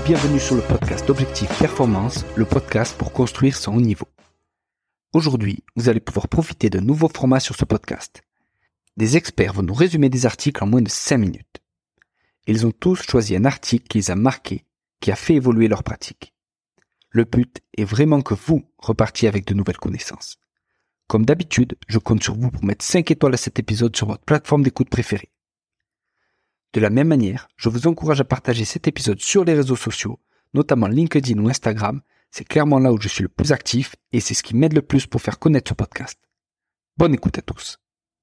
bienvenue sur le podcast Objectif Performance, le podcast pour construire son haut niveau. Aujourd'hui, vous allez pouvoir profiter d'un nouveau format sur ce podcast. Des experts vont nous résumer des articles en moins de 5 minutes. Ils ont tous choisi un article qui les a marqués, qui a fait évoluer leur pratique. Le but est vraiment que vous repartiez avec de nouvelles connaissances. Comme d'habitude, je compte sur vous pour mettre 5 étoiles à cet épisode sur votre plateforme d'écoute préférée. De la même manière, je vous encourage à partager cet épisode sur les réseaux sociaux, notamment LinkedIn ou Instagram. C'est clairement là où je suis le plus actif et c'est ce qui m'aide le plus pour faire connaître ce podcast. Bonne écoute à tous.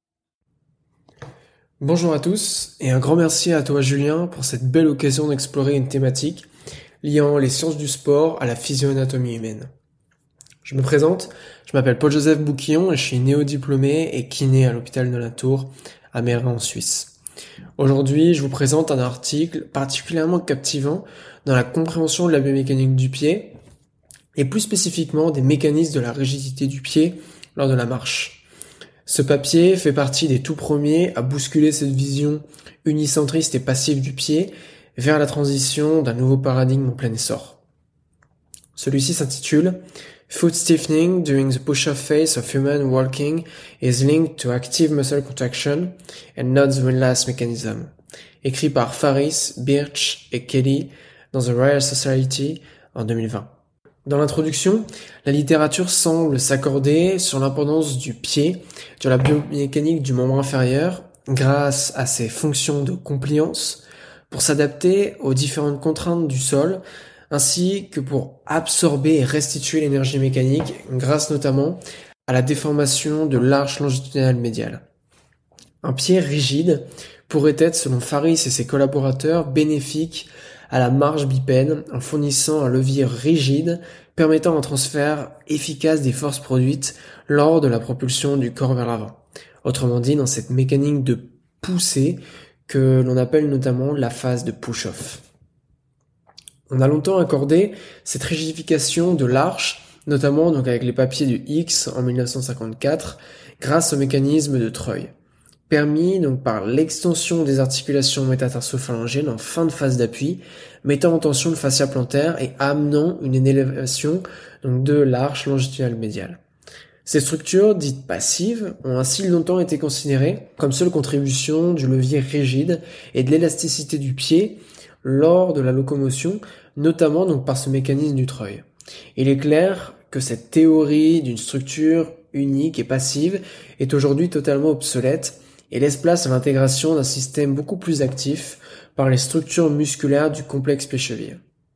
Bonjour à tous et un grand merci à toi Julien pour cette belle occasion d'explorer une thématique liant les sciences du sport à la physio-anatomie humaine. Je me présente, je m'appelle Paul-Joseph Bouquillon et je suis néo-diplômé et kiné à l'hôpital de la Tour à Meyrin en Suisse. Aujourd'hui, je vous présente un article particulièrement captivant dans la compréhension de la biomécanique du pied et plus spécifiquement des mécanismes de la rigidité du pied lors de la marche. Ce papier fait partie des tout premiers à bousculer cette vision unicentriste et passive du pied vers la transition d'un nouveau paradigme en plein essor. Celui-ci s'intitule Foot stiffening during the push-off phase of human walking is linked to active muscle contraction and not the windlass mechanism. Écrit par Faris, Birch et Kelly dans The Royal Society en 2020. Dans l'introduction, la littérature semble s'accorder sur l'importance du pied sur la biomécanique du membre inférieur grâce à ses fonctions de compliance pour s'adapter aux différentes contraintes du sol ainsi que pour absorber et restituer l'énergie mécanique grâce notamment à la déformation de l'arche longitudinale médiale. Un pied rigide pourrait être, selon Faris et ses collaborateurs, bénéfique à la marche bipède en fournissant un levier rigide permettant un transfert efficace des forces produites lors de la propulsion du corps vers l'avant. Autrement dit, dans cette mécanique de poussée que l'on appelle notamment la phase de push-off. On a longtemps accordé cette rigidification de l'arche, notamment donc avec les papiers du X en 1954, grâce au mécanisme de Treuil, permis donc par l'extension des articulations métatarso-phalangiennes en fin de phase d'appui, mettant en tension le fascia plantaire et amenant une élévation donc de l'arche longitudinale médiale. Ces structures dites passives ont ainsi longtemps été considérées comme seule contribution du levier rigide et de l'élasticité du pied lors de la locomotion, notamment donc par ce mécanisme du Treuil. Il est clair que cette théorie d'une structure unique et passive est aujourd'hui totalement obsolète et laisse place à l'intégration d'un système beaucoup plus actif par les structures musculaires du complexe pied-cheville.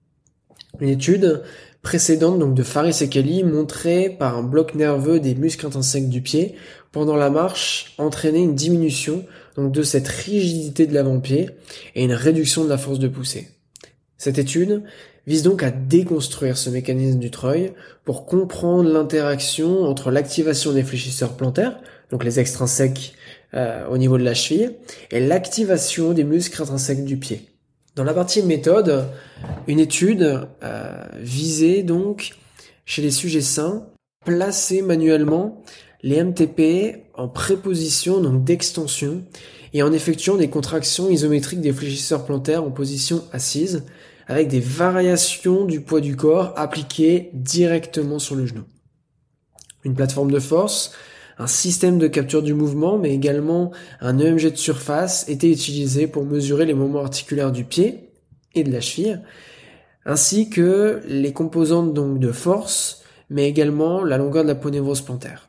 Une étude précédente donc de Faris et Kelly montrait par un bloc nerveux des muscles intrinsèques du pied pendant la marche entraînait une diminution donc de cette rigidité de l'avant-pied et une réduction de la force de poussée. Cette étude vise donc à déconstruire ce mécanisme du Treuil pour comprendre l'interaction entre l'activation des fléchisseurs plantaires, donc les extrinsèques au niveau de la cheville, et l'activation des muscles intrinsèques du pied. Dans la partie méthode, une étude visait donc chez les sujets sains placer manuellement les MTP en préposition donc d'extension et en effectuant des contractions isométriques des fléchisseurs plantaires en position assise avec des variations du poids du corps appliquées directement sur le genou. Une plateforme de force, un système de capture du mouvement mais également un EMG de surface étaient utilisés pour mesurer les moments articulaires du pied et de la cheville ainsi que les composantes donc de force mais également la longueur de la ponévrose plantaire.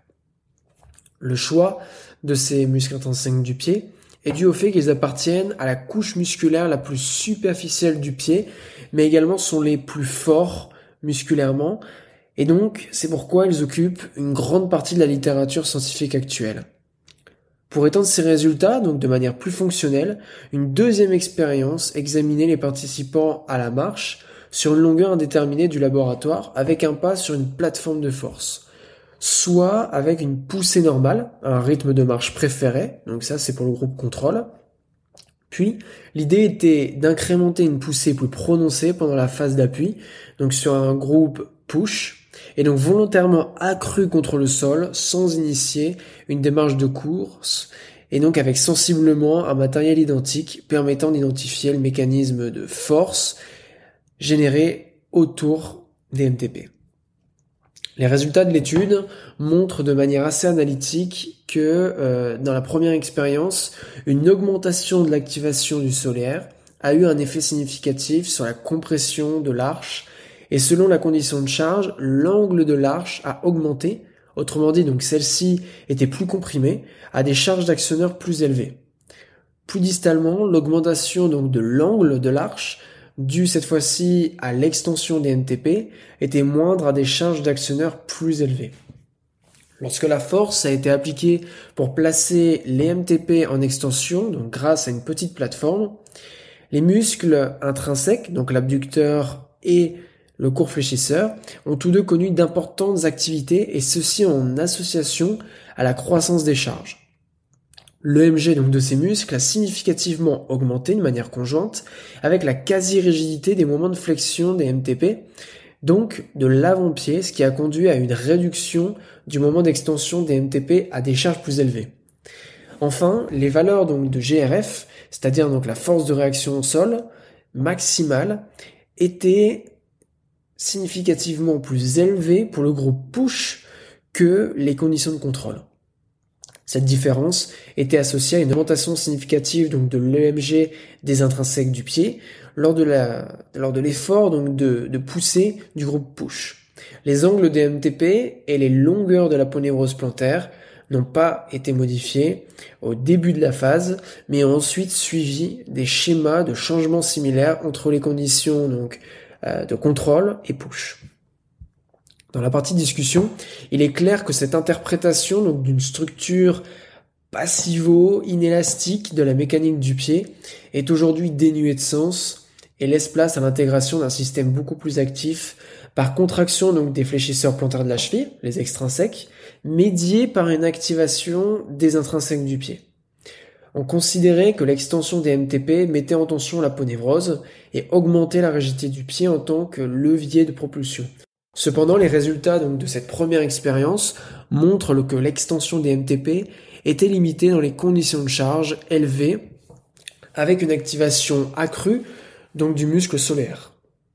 Le choix de ces muscles intrinsèques du pied est dû au fait qu'ils appartiennent à la couche musculaire la plus superficielle du pied, mais également sont les plus forts musculairement, et donc c'est pourquoi ils occupent une grande partie de la littérature scientifique actuelle. Pour étendre ces résultats, donc de manière plus fonctionnelle, une deuxième expérience examinait les participants à la marche sur une longueur indéterminée du laboratoire avec un pas sur une plateforme de force. Soit avec une poussée normale, un rythme de marche préféré, donc ça c'est pour le groupe contrôle. Puis, l'idée était d'incrémenter une poussée plus prononcée pendant la phase d'appui, donc sur un groupe push, et donc volontairement accru contre le sol sans initier une démarche de course, et donc avec sensiblement un matériel identique permettant d'identifier le mécanisme de force générés autour des MTP. Les résultats de l'étude montrent de manière assez analytique que dans la première expérience, une augmentation de l'activation du solaire a eu un effet significatif sur la compression de l'arche et selon la condition de charge, l'angle de l'arche a augmenté, autrement dit donc celle-ci était plus comprimée, à des charges d'actionneurs plus élevées. Plus distalement, l'augmentation donc de l'angle de l'arche due cette fois-ci à l'extension des MTP, était moindre à des charges d'actionneurs plus élevées. Lorsque la force a été appliquée pour placer les MTP en extension, donc grâce à une petite plateforme, les muscles intrinsèques, donc l'abducteur et le court fléchisseur, ont tous deux connu d'importantes activités et ceci en association à la croissance des charges. L'EMG donc de ces muscles a significativement augmenté de manière conjointe avec la quasi-rigidité des moments de flexion des MTP, donc de l'avant-pied, ce qui a conduit à une réduction du moment d'extension des MTP à des charges plus élevées. Enfin, les valeurs donc de GRF, c'est-à-dire donc la force de réaction au sol maximale, étaient significativement plus élevées pour le groupe push que les conditions de contrôle. Cette différence était associée à une augmentation significative donc de l'EMG des intrinsèques du pied lors de l'effort donc de poussée du groupe push. Les angles des MTP et les longueurs de l'aponévrose plantaire n'ont pas été modifiés au début de la phase, mais ont ensuite suivi des schémas de changement similaires entre les conditions donc de contrôle et push. Dans la partie discussion, il est clair que cette interprétation donc d'une structure passivo-inélastique de la mécanique du pied est aujourd'hui dénuée de sens et laisse place à l'intégration d'un système beaucoup plus actif par contraction donc des fléchisseurs plantaires de la cheville, les extrinsèques, médiés par une activation des intrinsèques du pied. On considérait que l'extension des MTP mettait en tension l'aponévrose et augmentait la rigidité du pied en tant que levier de propulsion. Cependant, les résultats donc de cette première expérience montrent que l'extension des MTP était limitée dans les conditions de charge élevées avec une activation accrue donc du muscle solaire.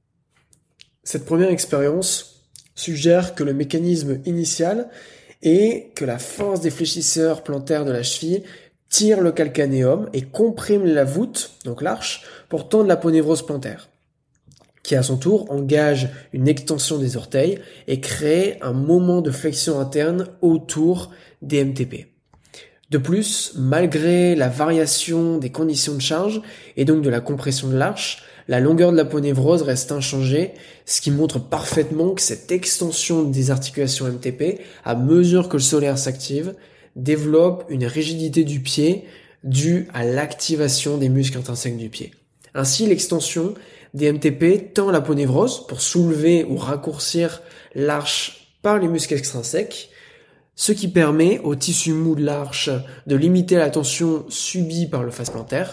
Cette première expérience suggère que le mécanisme initial est que la force des fléchisseurs plantaires de la cheville tire le calcanéum et comprime la voûte, donc l'arche, pour tendre l'aponévrose plantaire, qui à son tour engage une extension des orteils et crée un moment de flexion interne autour des MTP. De plus, malgré la variation des conditions de charge et donc de la compression de l'arche, la longueur de l'aponévrose reste inchangée, ce qui montre parfaitement que cette extension des articulations MTP, à mesure que le solaire s'active, développe une rigidité du pied due à l'activation des muscles intrinsèques du pied. Ainsi, l'extension des MTP tend l'aponévrose pour soulever ou raccourcir l'arche par les muscles extrinsèques, ce qui permet au tissu mou de l'arche de limiter la tension subie par le fasce plantaire.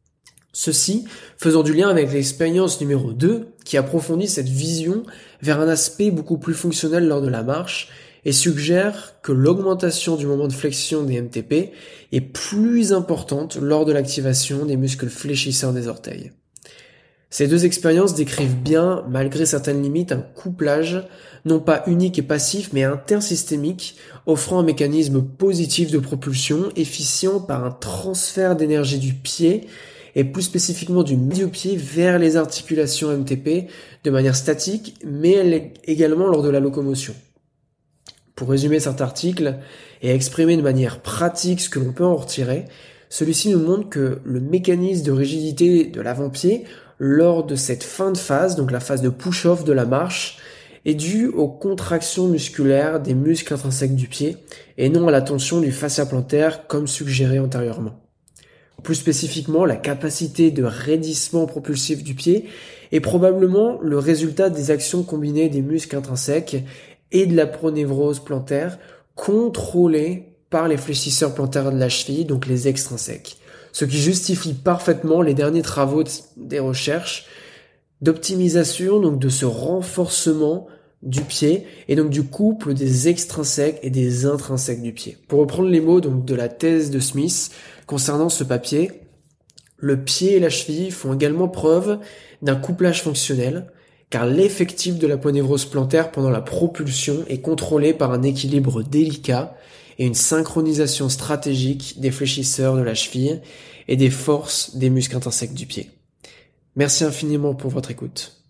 Ceci faisant du lien avec l'expérience numéro 2 qui approfondit cette vision vers un aspect beaucoup plus fonctionnel lors de la marche et suggère que l'augmentation du moment de flexion des MTP est plus importante lors de l'activation des muscles fléchisseurs des orteils. Ces deux expériences décrivent bien, malgré certaines limites, un couplage, non pas unique et passif, mais intersystémique, offrant un mécanisme positif de propulsion, efficient par un transfert d'énergie du pied, et plus spécifiquement du médio-pied vers les articulations MTP, de manière statique, mais également lors de la locomotion. Pour résumer cet article, et exprimer de manière pratique ce que l'on peut en retirer, celui-ci nous montre que le mécanisme de rigidité de l'avant-pied lors de cette fin de phase, donc la phase de push-off de la marche, est due aux contractions musculaires des muscles intrinsèques du pied et non à la tension du fascia plantaire comme suggéré antérieurement. Plus spécifiquement, la capacité de raidissement propulsif du pied est probablement le résultat des actions combinées des muscles intrinsèques et de l'aponévrose plantaire contrôlée par les fléchisseurs plantaires de la cheville, donc les extrinsèques. Ce qui justifie parfaitement les derniers travaux des recherches d'optimisation donc de ce renforcement du pied et donc du couple des extrinsèques et des intrinsèques du pied. Pour reprendre les mots donc de la thèse de Smith concernant ce papier, Le pied et la cheville font également preuve d'un couplage fonctionnel, car l'effectif de la ponévrose plantaire pendant la propulsion est contrôlé par un équilibre délicat et une synchronisation stratégique des fléchisseurs de la cheville et des forces des muscles intrinsèques du pied. Merci infiniment pour votre écoute.